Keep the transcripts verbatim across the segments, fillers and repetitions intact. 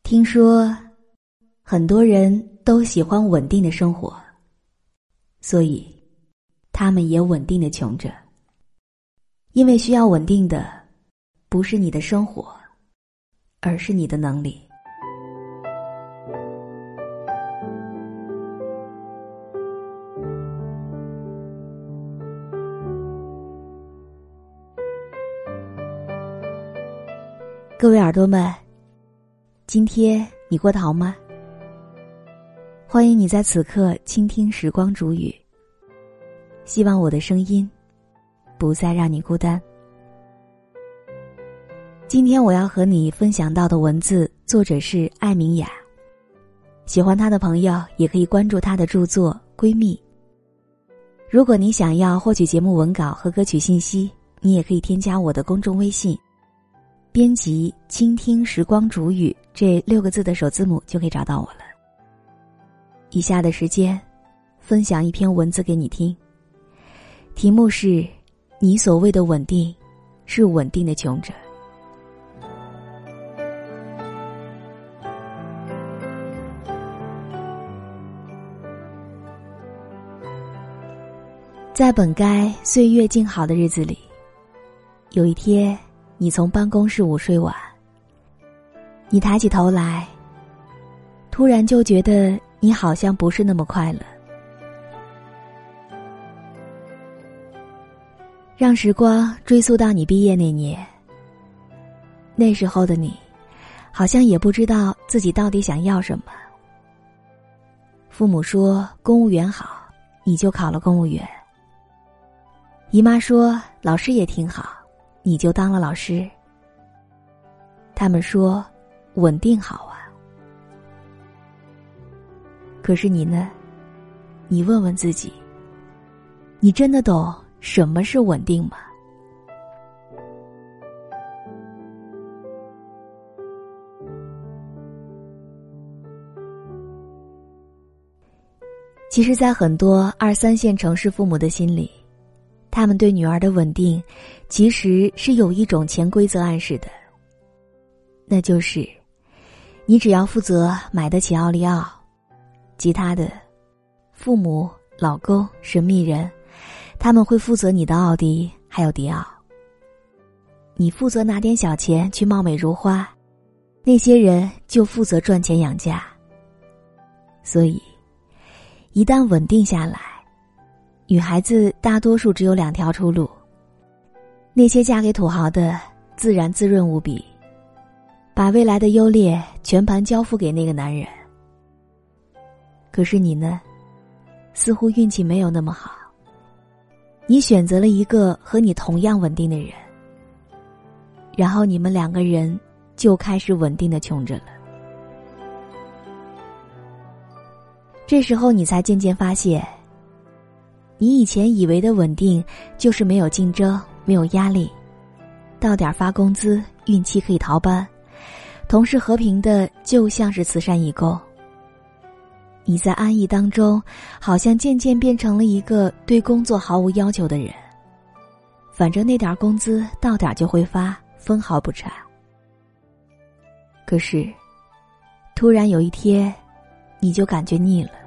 听说很多人都喜欢稳定的生活，所以他们也稳定的穷着。因为需要稳定的不是你的生活，而是你的能力。各位耳朵们，今天你过得好吗？欢迎你在此刻倾听时光煮雨，希望我的声音不再让你孤单。今天我要和你分享到的文字作者是艾明雅，喜欢她的朋友也可以关注她的著作《闺蜜》。如果你想要获取节目文稿和歌曲信息，你也可以添加我的公众微信，编辑倾听时光煮雨这六个字的首字母就可以找到我了。以下的时间分享一篇文字给你听，题目是你所谓的稳定是稳定的穷者。在本该岁月静好的日子里，有一天你从办公室午睡晚，你抬起头来，突然就觉得你好像不是那么快乐。让时光追溯到你毕业那年，那时候的你好像也不知道自己到底想要什么。父母说公务员好，你就考了公务员。姨妈说老师也挺好，你就当了老师。他们说稳定好啊，可是你呢？你问问自己，你真的懂什么是稳定吗？其实在很多二三线城市父母的心里，他们对女儿的稳定其实是有一种潜规则暗示的，那就是你只要负责买得起奥利奥，其他的父母、老公、神秘人，他们会负责你的奥迪还有迪奥。你负责拿点小钱去貌美如花，那些人就负责赚钱养家。所以一旦稳定下来，女孩子大多数只有两条出路，那些嫁给土豪的自然滋润无比，把未来的优劣全盘交付给那个男人。可是你呢，似乎运气没有那么好，你选择了一个和你同样稳定的人，然后你们两个人就开始稳定的穷着了。这时候你才渐渐发现，你以前以为的稳定就是没有竞争，没有压力，到点发工资，孕期可以逃班，同事和平的就像是慈善义工。你在安逸当中好像渐渐变成了一个对工作毫无要求的人，反正那点工资到点就会发，分毫不差。可是突然有一天你就感觉腻了。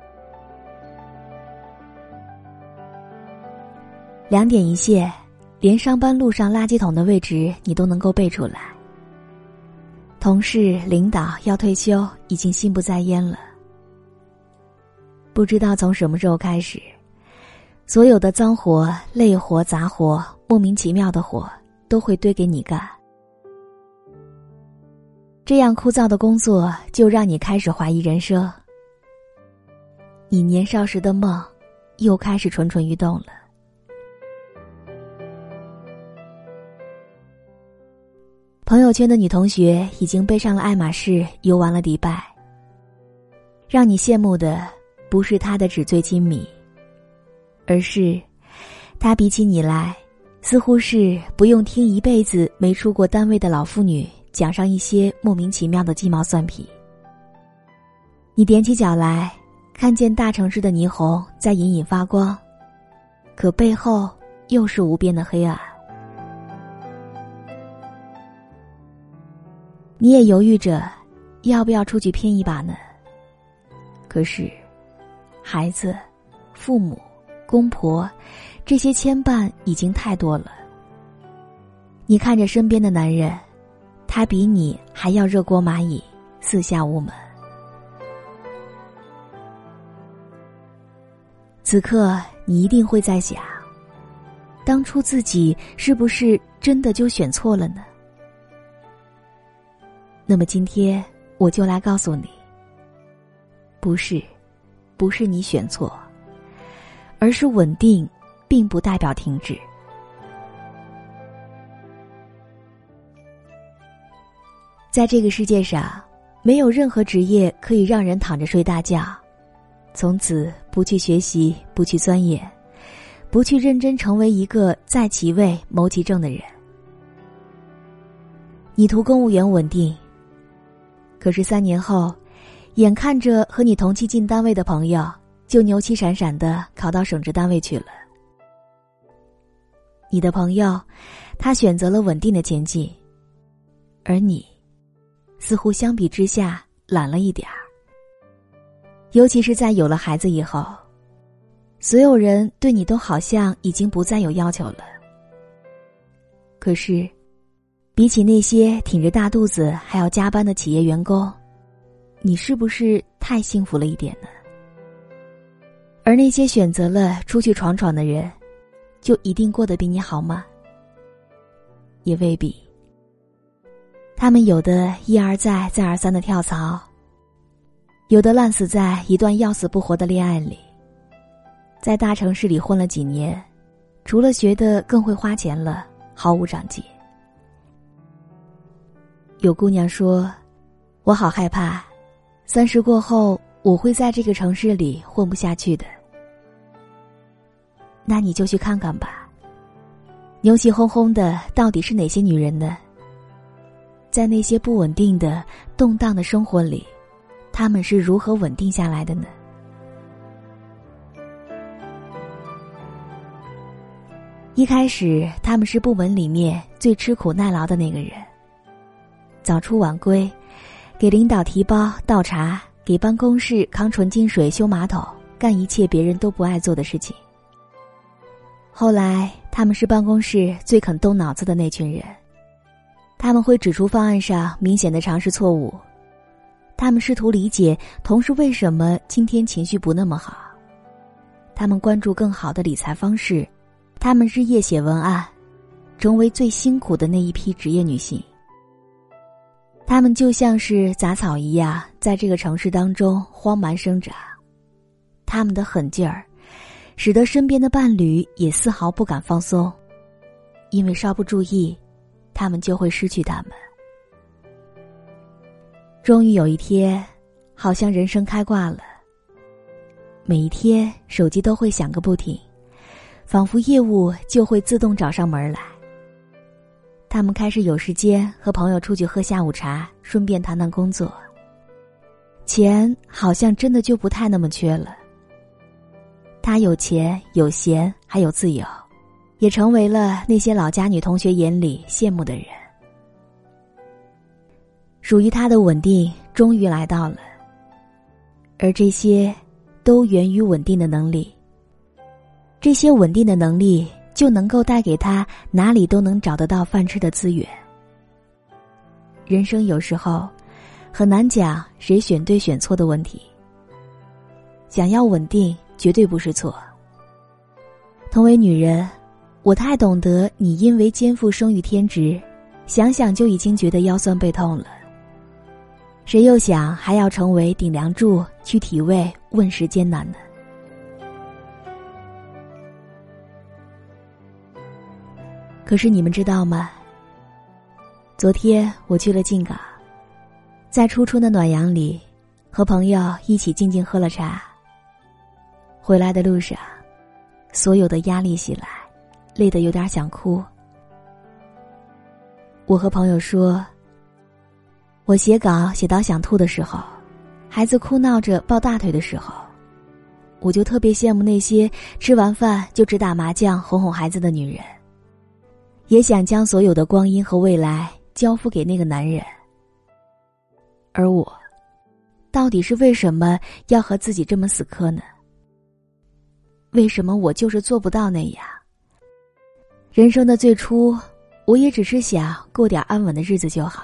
两点一线，连上班路上垃圾桶的位置你都能够背出来。同事领导要退休，已经心不在焉了。不知道从什么时候开始，所有的脏活、累活、杂活、莫名其妙的活都会堆给你干。这样枯燥的工作就让你开始怀疑人生。你年少时的梦又开始蠢蠢欲动了。朋友圈的女同学已经背上了爱马仕，游完了迪拜。让你羡慕的不是她的纸醉金迷，而是她比起你来，似乎是不用听一辈子没出过单位的老妇女讲上一些莫名其妙的鸡毛蒜皮。你踮起脚来，看见大城市的霓虹在隐隐发光，可背后又是无边的黑暗。你也犹豫着要不要出去拼一把呢？可是，孩子、父母、公婆，这些牵绊已经太多了。你看着身边的男人，他比你还要热锅蚂蚁，四下无门。此刻你一定会在想，当初自己是不是真的就选错了呢？那么今天我就来告诉你，不是，不是你选错，而是稳定并不代表停止。在这个世界上，没有任何职业可以让人躺着睡大觉，从此不去学习，不去钻研，不去认真成为一个在其位谋其政的人。你图公务员稳定，可是三年后，眼看着和你同期进单位的朋友就牛气闪闪地考到省直单位去了。你的朋友，他选择了稳定的前进，而你似乎相比之下懒了一点儿。尤其是在有了孩子以后，所有人对你都好像已经不再有要求了。可是，比起那些挺着大肚子还要加班的企业员工，你是不是太幸福了一点呢？而那些选择了出去闯闯的人，就一定过得比你好吗？也未必。他们有的一而再再而三的跳槽，有的烂死在一段要死不活的恋爱里，在大城市里混了几年，除了学得更会花钱了，毫无长进。有姑娘说，我好害怕，三十过后我会在这个城市里混不下去的。那你就去看看吧，牛气哄哄的到底是哪些女人呢？在那些不稳定的动荡的生活里，她们是如何稳定下来的呢？一开始他们是部门里面最吃苦耐劳的那个人，早出晚归，给领导提包倒茶，给办公室扛纯净水修马桶，干一切别人都不爱做的事情。后来他们是办公室最肯动脑子的那群人，他们会指出方案上明显的常识错误，他们试图理解同事为什么今天情绪不那么好，他们关注更好的理财方式，他们日夜写文案，成为最辛苦的那一批职业女性。他们就像是杂草一样，在这个城市当中荒蛮生长，他们的狠劲儿使得身边的伴侣也丝毫不敢放松，因为稍不注意，他们就会失去他们。终于有一天，好像人生开挂了，每一天手机都会响个不停，仿佛业务就会自动找上门来。他们开始有时间和朋友出去喝下午茶，顺便谈谈工作。钱好像真的就不太那么缺了。他有钱有闲还有自由，也成为了那些老家女同学眼里羡慕的人。属于他的稳定终于来到了，而这些都源于稳定的能力。这些稳定的能力就能够带给他哪里都能找得到饭吃的资源。人生有时候很难讲谁选对选错的问题，想要稳定绝对不是错。同为女人，我太懂得你因为肩负生育天职，想想就已经觉得腰酸背痛了。谁又想还要成为顶梁柱去体味问世艰难呢？可是你们知道吗？昨天我去了靖港，在初春的暖阳里，和朋友一起静静喝了茶。回来的路上，所有的压力袭来，累得有点想哭。我和朋友说，我写稿写到想吐的时候，孩子哭闹着抱大腿的时候，我就特别羡慕那些吃完饭就只打麻将哄哄孩子的女人，也想将所有的光阴和未来交付给那个男人。 而我，到底是为什么要和自己这么死磕呢？为什么我就是做不到那样？人生的最初，我也只是想过点安稳的日子就好。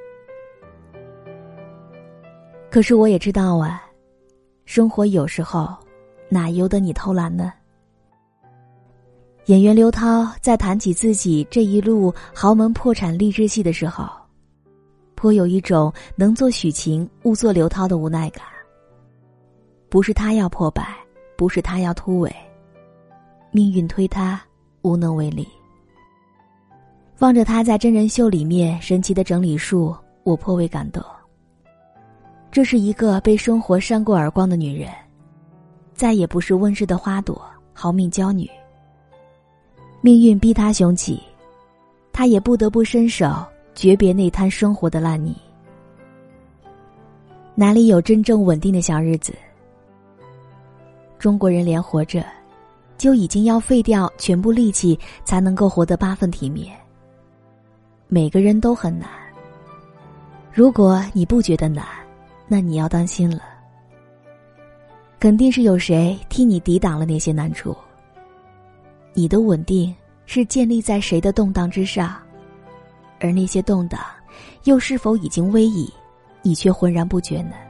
可是我也知道啊，生活有时候哪由得你偷懒呢？演员刘涛在谈起自己这一路豪门破产励志戏的时候，颇有一种能做许晴勿做刘涛的无奈感。不是他要破败，不是他要突围，命运推他无能为力。望着他在真人秀里面神奇的整理术，我颇为感动。这是一个被生活扇过耳光的女人，再也不是温室的花朵，豪命娇女。命运逼她雄起，她也不得不伸手诀别那滩生活的烂泥。哪里有真正稳定的小日子？中国人连活着就已经要废掉全部力气才能够活得八分体面，每个人都很难。如果你不觉得难，那你要当心了，肯定是有谁替你抵挡了那些难处。你的稳定是建立在谁的动荡之上，而那些动荡又是否已经危矣，你却浑然不觉呢？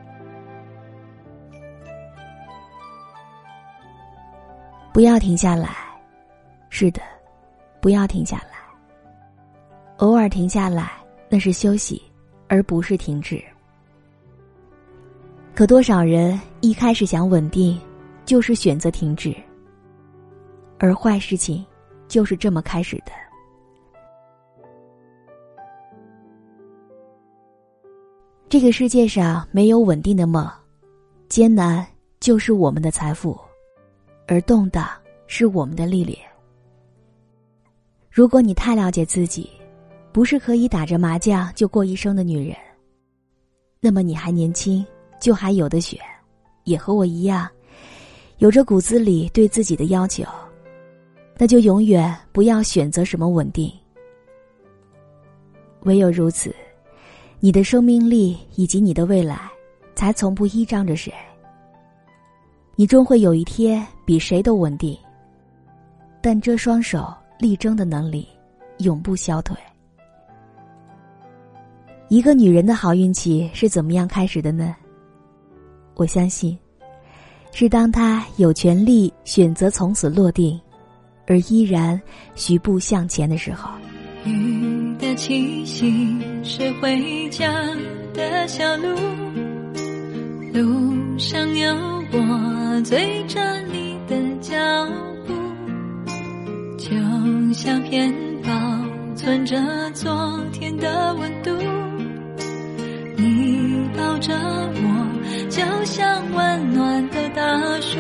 不要停下来，是的，不要停下来。偶尔停下来，那是休息，而不是停止。可多少人一开始想稳定，就是选择停止，而坏事情就是这么开始的。这个世界上没有稳定的梦，艰难就是我们的财富，而动荡是我们的历练。如果你太了解自己，不是可以打着麻将就过一生的女人，那么你还年轻，就还有的选，也和我一样，有着骨子里对自己的要求，那就永远不要选择什么稳定。唯有如此，你的生命力以及你的未来才从不依仗着谁。你终会有一天比谁都稳定，但这双手力争的能力永不消退。一个女人的好运气是怎么样开始的呢？我相信是当她有权利选择从此落定，而依然徐步向前的时候。 雨的气息是回家的小路，路上有我追着你的脚步，就像片保存着昨天的温度，你抱着我就像温暖的大树，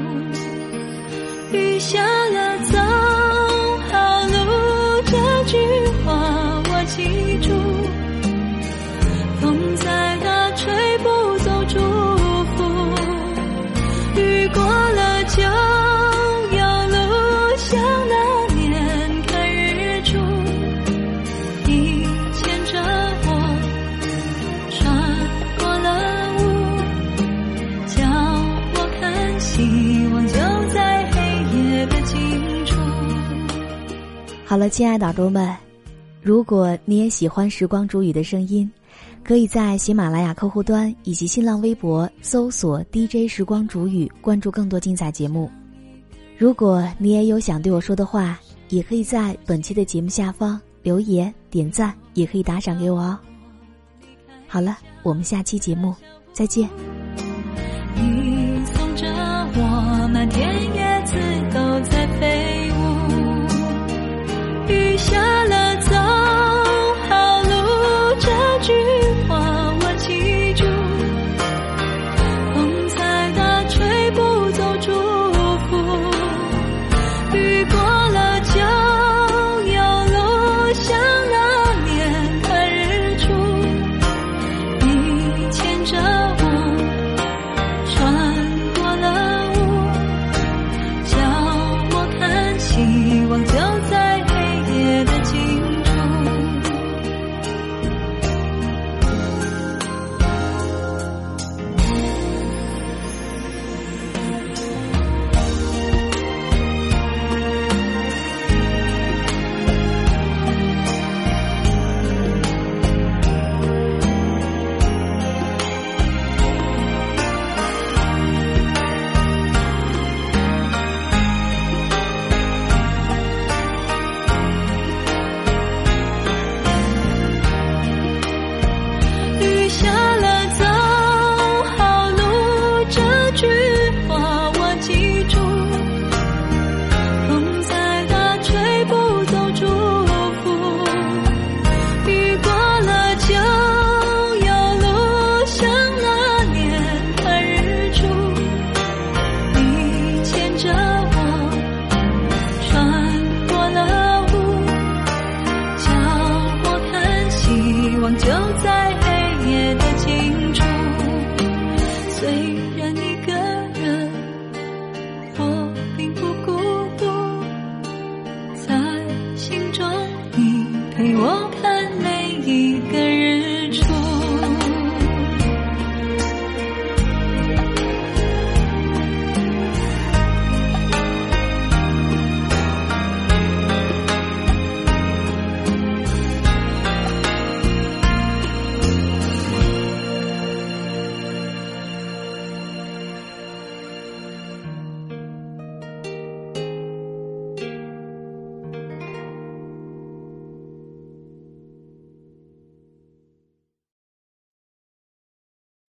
雨下了走好路，这句话我记住，风再大吹不走祝福，雨过了就有路，像那年看日出，你牵着我穿过了雾，叫我看希望就在黑夜的尽处。 好了，亲爱的耳朵们，如果你也喜欢时光煮雨的声音，可以在喜马拉雅客户端以及新浪微博搜索 D J 时光煮雨，关注更多精彩节目。如果你也有想对我说的话，也可以在本期的节目下方留言点赞，也可以打赏给我哦。好了，我们下期节目再见。 你送着我，满天叶子都在飞舞，雨下了走好路，这句话我记住，风再大吹不走祝福，雨过了就有路，像那年看日出，你牵着我穿过了雾，叫我看希望就在黑夜的尽最